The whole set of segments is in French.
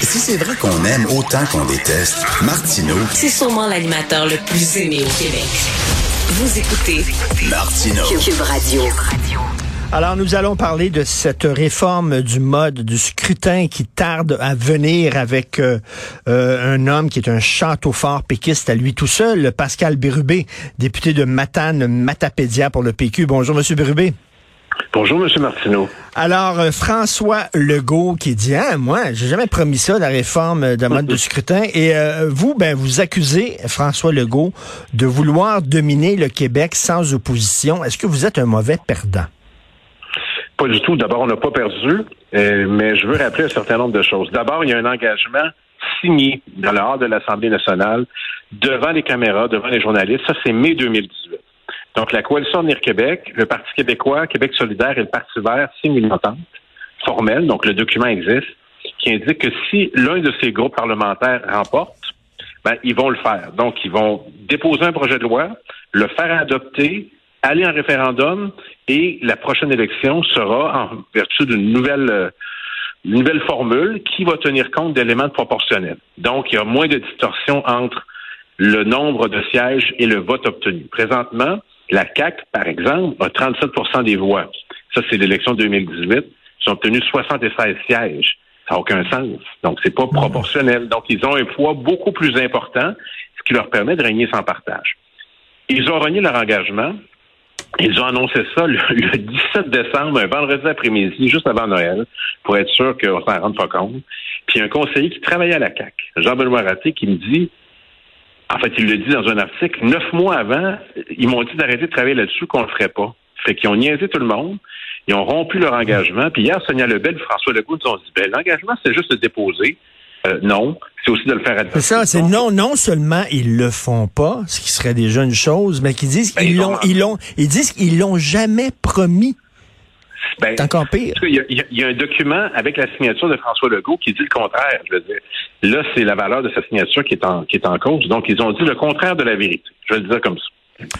si c'est vrai qu'on aime autant qu'on déteste, Martineau, c'est sûrement l'animateur le plus aimé au Québec. Vous écoutez Martineau. Cube Radio. Alors, nous allons parler de cette réforme du mode du scrutin qui tarde à venir avec un homme qui est un château fort péquiste à lui tout seul, Pascal Bérubé, député de Matane-Matapédia pour le PQ. Bonjour, Monsieur Bérubé. Bonjour, M. Martineau. Alors, François Legault qui dit, moi, j'ai jamais promis ça, la réforme de mode de scrutin. Et vous accusez François Legault de vouloir dominer le Québec sans opposition. Est-ce que vous êtes un mauvais perdant? Pas du tout. D'abord, on n'a pas perdu, mais je veux rappeler un certain nombre de choses. D'abord, il y a un engagement signé dans le hall de l'Assemblée nationale, devant les caméras, devant les journalistes. Ça, c'est mai 2018. Donc, la Coalition Avenir Québec, le Parti québécois, Québec solidaire et le Parti vert signent une entente formelle, donc le document existe, qui indique que si l'un de ces groupes parlementaires remporte, ils vont le faire. Donc, ils vont déposer un projet de loi, le faire adopter, aller en référendum, et la prochaine élection sera en vertu d'une nouvelle formule qui va tenir compte d'éléments proportionnels. Donc, il y a moins de distorsion entre le nombre de sièges et le vote obtenu. Présentement, la CAQ, par exemple, a 37% des voix. Ça, c'est l'élection 2018. Ils ont obtenu 76 sièges. Ça n'a aucun sens. Donc, c'est pas proportionnel. Donc, ils ont un poids beaucoup plus important, ce qui leur permet de régner sans partage. Ils ont renié leur engagement. Ils ont annoncé ça le 17 décembre, un vendredi après-midi, juste avant Noël, pour être sûr qu'on s'en rende pas compte. Puis, il y a un conseiller qui travaillait à la CAQ, Jean-Benoît Raté, qui me dit, en fait, il le dit dans un article, 9 mois avant, ils m'ont dit d'arrêter de travailler là-dessus, qu'on le ferait pas. Fait qu'ils ont niaisé tout le monde, ils ont rompu leur engagement, puis hier, Sonia Lebel et François Legault nous ont dit, l'engagement, c'est juste de déposer. Non, c'est aussi de le faire adopter. C'est ça, c'est non seulement ils le font pas, ce qui serait déjà une chose, mais qu'ils disent qu'ils l'ont jamais promis. C'est encore pire. Il y a un document avec la signature de François Legault qui dit le contraire. Je veux dire. Là, c'est la valeur de sa signature qui est en cause. Donc, ils ont dit le contraire de la vérité. Je vais le dire comme ça.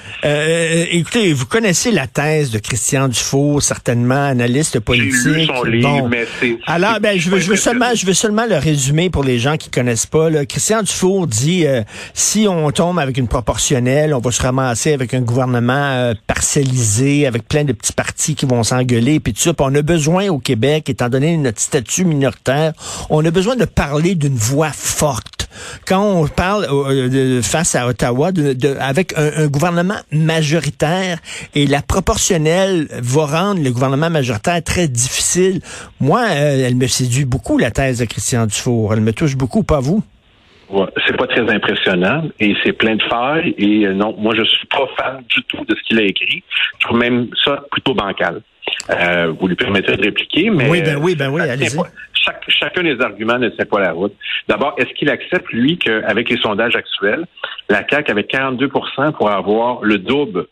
Écoutez, vous connaissez la thèse de Christian Dufault, certainement analyste politique. J'ai lu son livre, mais c'est... Alors, je veux seulement le résumer pour les gens qui connaissent pas. Là. Christian Dufault dit, si on tombe avec une proportionnelle, on va se ramasser avec un gouvernement parcellisé, avec plein de petits partis qui vont s'engueuler, puis tout ça. Puis on a besoin au Québec, étant donné notre statut minoritaire, on a besoin de parler d'une voix forte. Quand on parle face à Ottawa, avec un gouvernement majoritaire, et la proportionnelle va rendre le gouvernement majoritaire très difficile. Moi, elle me séduit beaucoup, la thèse de Christian Dufour. Elle me touche beaucoup, pas vous? Ouais, c'est pas très impressionnant et c'est plein de failles. Et non, moi, je suis pas fan du tout de ce qu'il a écrit. Je trouve même ça plutôt bancal. Vous lui permettrez de répliquer, mais... Oui, allez-y. Chacun des arguments ne tient pas la route. D'abord, est-ce qu'il accepte, lui, qu'avec les sondages actuels, la CAQ, avec 42%, pourrait avoir le double,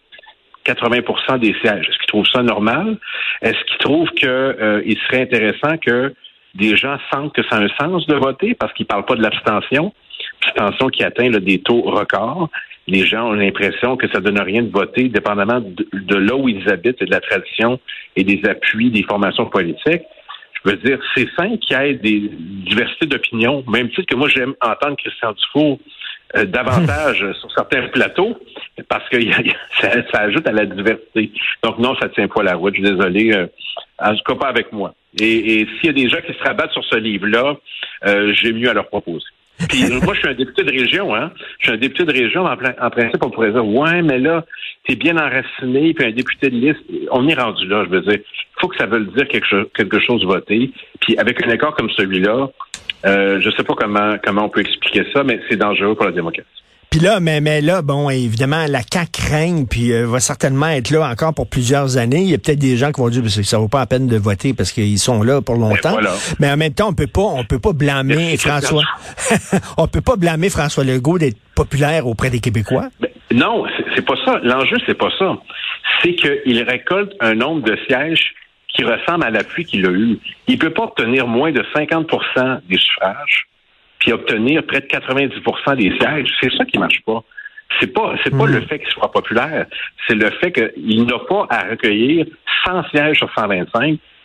80% des sièges? Est-ce qu'il trouve ça normal? Est-ce qu'il trouve qu'il serait intéressant que des gens sentent que ça a un sens de voter parce qu'ils ne parlent pas de l'abstention qui atteint des taux records? Les gens ont l'impression que ça donne rien de voter, dépendamment de là où ils habitent et de la tradition et des appuis des formations politiques. Je veux dire, c'est sain qu'il y ait des diversités d'opinions, même titre que moi, j'aime entendre Christian Dufault davantage sur certains plateaux, parce que ça ajoute à la diversité. Donc non, ça tient pas la route, je suis désolé, en tout cas pas avec moi. Et s'il y a des gens qui se rabattent sur ce livre-là, j'ai mieux à leur proposer. Puis moi, je suis un député de région, hein. Je suis un député de région, en principe, on pourrait dire, ouais, mais là, t'es bien enraciné, puis un député de liste, on est rendu là, je veux dire. Il faut que ça veuille dire quelque chose voter. Puis avec un accord comme celui-là, je sais pas comment on peut expliquer ça, mais c'est dangereux pour la démocratie. Puis là, mais là, bon, évidemment, la CAQ règne, puis va certainement être là encore pour plusieurs années. Il y a peut-être des gens qui vont dire que ça vaut pas la peine de voter parce qu'ils sont là pour longtemps. Voilà. Mais en même temps, on peut pas blâmer François. On peut pas blâmer François Legault d'être populaire auprès des Québécois. Non, c'est pas ça. L'enjeu, c'est pas ça. C'est qu'il récolte un nombre de sièges qui ressemble à l'appui qu'il a eu. Il peut pas obtenir moins de 50% des suffrages puis obtenir près de 90% des sièges. C'est ça qui marche pas. C'est pas le fait qu'il soit populaire, c'est le fait qu'il n'a pas à recueillir 100 sièges sur 125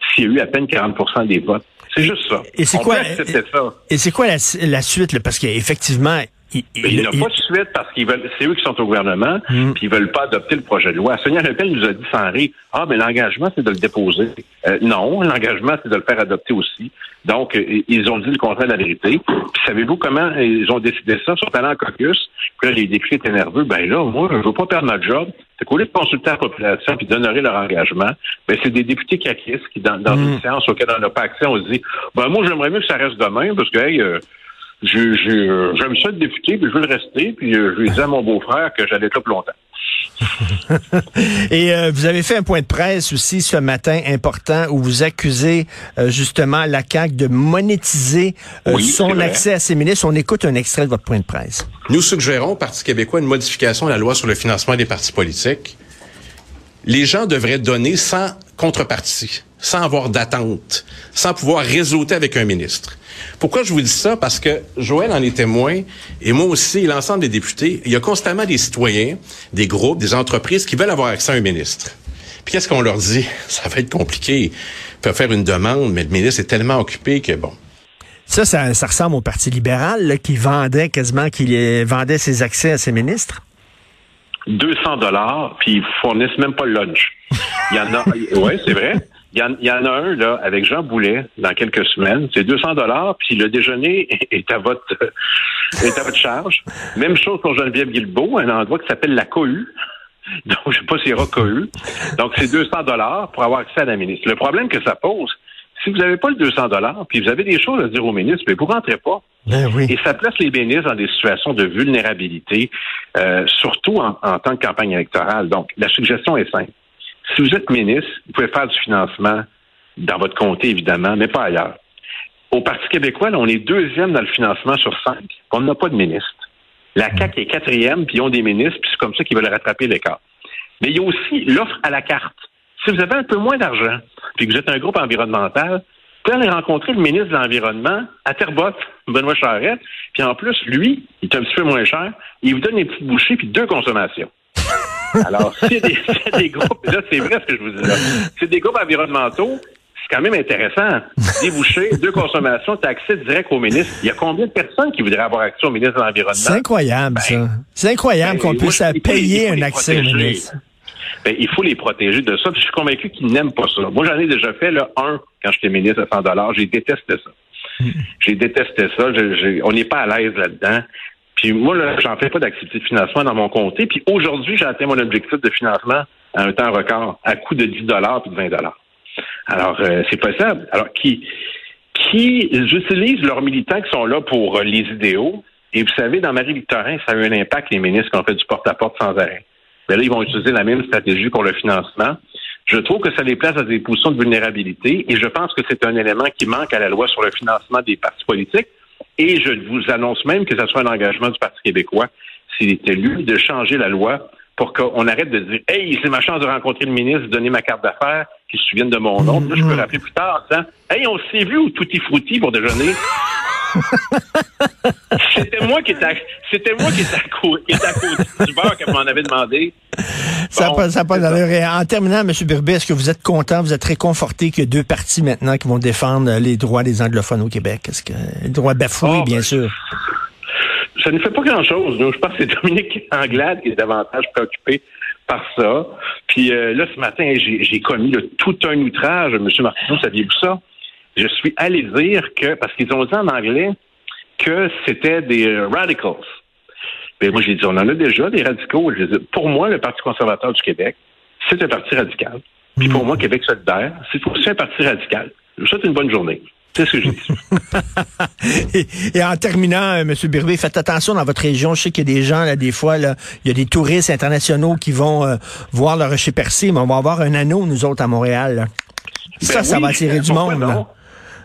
s'il y a eu à peine 40% des votes. C'est juste ça. Et c'est quoi la suite, là? Parce qu'effectivement, il n'y a pas de suite parce qu'ils veulent, c'est eux qui sont au gouvernement, puis ils veulent pas adopter le projet de loi. Sonia Lebel nous a dit sans rire, mais l'engagement, c'est de le déposer. Non, l'engagement, c'est de le faire adopter aussi. Donc, ils ont dit le contraire de la vérité. Puis savez-vous comment ils ont décidé ça? Ils sont allés en caucus, puis là, les députés étaient nerveux. Ben là, moi, je veux pas perdre notre job. C'est qu'au lieu de consulter la population puis d'honorer leur engagement, ben c'est des députés caquistes qui, dans une séance auquel on n'a pas accès, on se dit, moi, j'aimerais mieux que ça reste demain, parce que, j'aime ça être député, puis je veux le rester, puis je lui ai dit à mon beau-frère que j'allais être là plus longtemps. Et vous avez fait un point de presse aussi ce matin important où vous accusez justement la CAQ de monétiser son accès à ses ministres. On écoute un extrait de votre point de presse. Nous suggérons au Parti québécois une modification de la loi sur le financement des partis politiques. Les gens devraient donner sans contrepartie, sans avoir d'attente, sans pouvoir réseauter avec un ministre. Pourquoi je vous dis ça? Parce que Joël en est témoin, et moi aussi, et l'ensemble des députés, il y a constamment des citoyens, des groupes, des entreprises qui veulent avoir accès à un ministre. Puis qu'est-ce qu'on leur dit? Ça va être compliqué. Ils peuvent faire une demande, mais le ministre est tellement occupé que bon. Ça ressemble au Parti libéral là, qui vendait ses accès à ses ministres. $200, puis ils fournissent même pas le lunch. Il y en a, ouais, c'est vrai. Il y en a un, là, avec Jean Boulet, dans quelques semaines. C'est $200, puis le déjeuner est à votre charge. Même chose pour Geneviève Guilbeault, un endroit qui s'appelle la Cohue. Donc, je sais pas s'il y aura Cohue. Donc, c'est $200 pour avoir accès à la ministre. Le problème que ça pose, si vous n'avez pas le $200, puis vous avez des choses à dire au ministre, mais vous rentrez pas. Ben oui. Et ça place les ministres dans des situations de vulnérabilité, surtout en tant que campagne électorale. Donc, la suggestion est simple. Si vous êtes ministre, vous pouvez faire du financement dans votre comté, évidemment, mais pas ailleurs. Au Parti québécois, là, on est 2e dans le financement sur 5. On n'a pas de ministre. La CAQ est 4e, puis ils ont des ministres, puis c'est comme ça qu'ils veulent rattraper l'écart. Mais il y a aussi l'offre à la carte. Si vous avez un peu moins d'argent, puis que vous êtes un groupe environnemental, vous pouvez aller rencontrer le ministre de l'Environnement à Terrebonne, Benoît Charette, puis en plus, lui, il est un petit peu moins cher, il vous donne des petites bouchées puis 2 consommations. Alors, s'il y a des groupes, là, c'est vrai ce que je vous dis là, c'est des groupes environnementaux, c'est quand même intéressant. Des bouchées, 2 consommations, tu as accès direct au ministre. Il y a combien de personnes qui voudraient avoir accès au ministre de l'Environnement? C'est incroyable, ça. C'est incroyable qu'on puisse payer un accès au ministre. Il faut les protéger de ça. Puis je suis convaincu qu'ils n'aiment pas ça. Moi, j'en ai déjà fait là, quand j'étais ministre à $100. J'ai détesté ça. J'ai détesté ça. On n'est pas à l'aise là-dedans. Puis moi, là, j'en fais pas d'activité de financement dans mon comté. Puis aujourd'hui, j'ai atteint mon objectif de financement à un temps record, à coût de $10 puis de $20. Alors, c'est possible. Alors, qui utilisent leurs militants qui sont là pour les idéaux. Et vous savez, dans Marie-Victorin, ça a eu un impact, les ministres qui ont fait du porte-à-porte sans arrêt. Mais là, ils vont utiliser la même stratégie pour le financement. Je trouve que ça les place à des positions de vulnérabilité et je pense que c'est un élément qui manque à la loi sur le financement des partis politiques. Et je vous annonce même que ce soit un engagement du Parti québécois, s'il est élu, de changer la loi pour qu'on arrête de dire « Hey, c'est ma chance de rencontrer le ministre, de donner ma carte d'affaires, qu'il se souvienne de mon nom. » Là, je peux rappeler plus tard en disant « Hey, on s'est vu au Tutti Frutti pour déjeuner. » C'était moi qui étais à côté du bar qu'elle m'en avait demandé. Ça n'a pas d'allure. En terminant, M. Birbet, est-ce que vous êtes content, vous êtes réconforté qu'il y a 2 partis maintenant qui vont défendre les droits des anglophones au Québec? Est-ce que les droits bafoués, bien sûr? Ça ne fait pas grand-chose. Je pense que c'est Dominique Anglade qui est davantage préoccupé par ça. Puis là, ce matin, j'ai commis tout un outrage. M. Martineau, saviez-vous ça? Je suis allé dire que, parce qu'ils ont dit en anglais que c'était des radicals. Mais moi, j'ai dit, on en a déjà des radicaux. J'ai dit, pour moi, le Parti conservateur du Québec, c'est un parti radical. Puis pour moi, Québec solidaire, c'est aussi un parti radical. Je vous souhaite une bonne journée. C'est ce que j'ai dit. et en terminant, M. Birbet, faites attention dans votre région. Je sais qu'il y a des gens, là, des fois, là, il y a des touristes internationaux qui vont voir le rocher percé, mais on va avoir un anneau, nous autres, à Montréal. Là. Ça va attirer du monde. Là.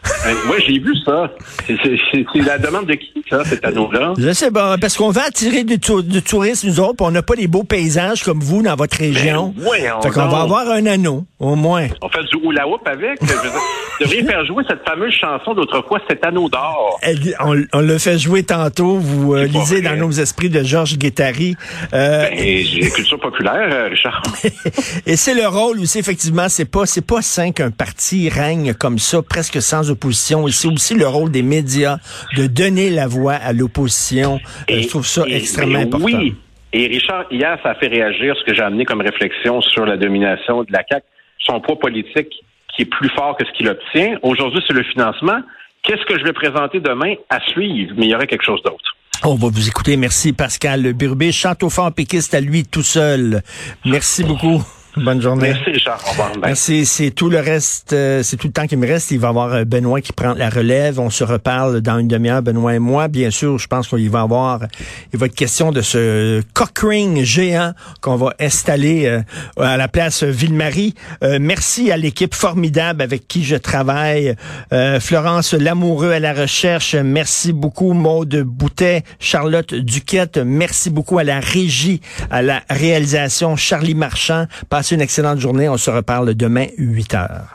Oui, j'ai vu ça. C'est la demande de qui, ça, cet anneau-là? Je sais pas, parce qu'on va attirer du tourisme, nous autres, puis on n'a pas les beaux paysages comme vous dans votre région. Fait qu'on va avoir un anneau, au moins. On fait du hula-hoop avec. Vous devriez faire jouer cette fameuse chanson d'autrefois, Cet anneau d'or. On l'a fait jouer tantôt, vous lisez dans nos esprits de Georges Guettari. J'ai culture populaire, Richard. Et c'est le rôle aussi, effectivement, c'est pas sain qu'un parti règne comme ça, presque sans opposition. Et c'est aussi le rôle des médias de donner la voix à l'opposition. Je trouve ça extrêmement important. Oui. Et Richard, hier, ça a fait réagir ce que j'ai amené comme réflexion sur la domination de la CAQ, son poids politique qui est plus fort que ce qu'il obtient. Aujourd'hui, c'est le financement. Qu'est-ce que je vais présenter demain à suivre? Mais il y aurait quelque chose d'autre. On va vous écouter. Merci, Pascal Birubé, chante-au-fort péquiste à lui tout seul. Merci beaucoup. Bonne journée. Merci, Richard. Au revoir. Merci. C'est tout le reste, c'est tout le temps qui me reste. Il va y avoir Benoît qui prend la relève. On se reparle dans une demi-heure, Benoît et moi. Bien sûr, je pense qu'il va être question de ce cockring géant qu'on va installer à la place Ville-Marie. Merci à l'équipe formidable avec qui je travaille. Florence Lamoureux à la recherche. Merci beaucoup, Maude Boutet, Charlotte Duquette. Merci beaucoup à la régie, à la réalisation, Charlie Marchand. Passez une excellente journée. On se reparle demain, 8h.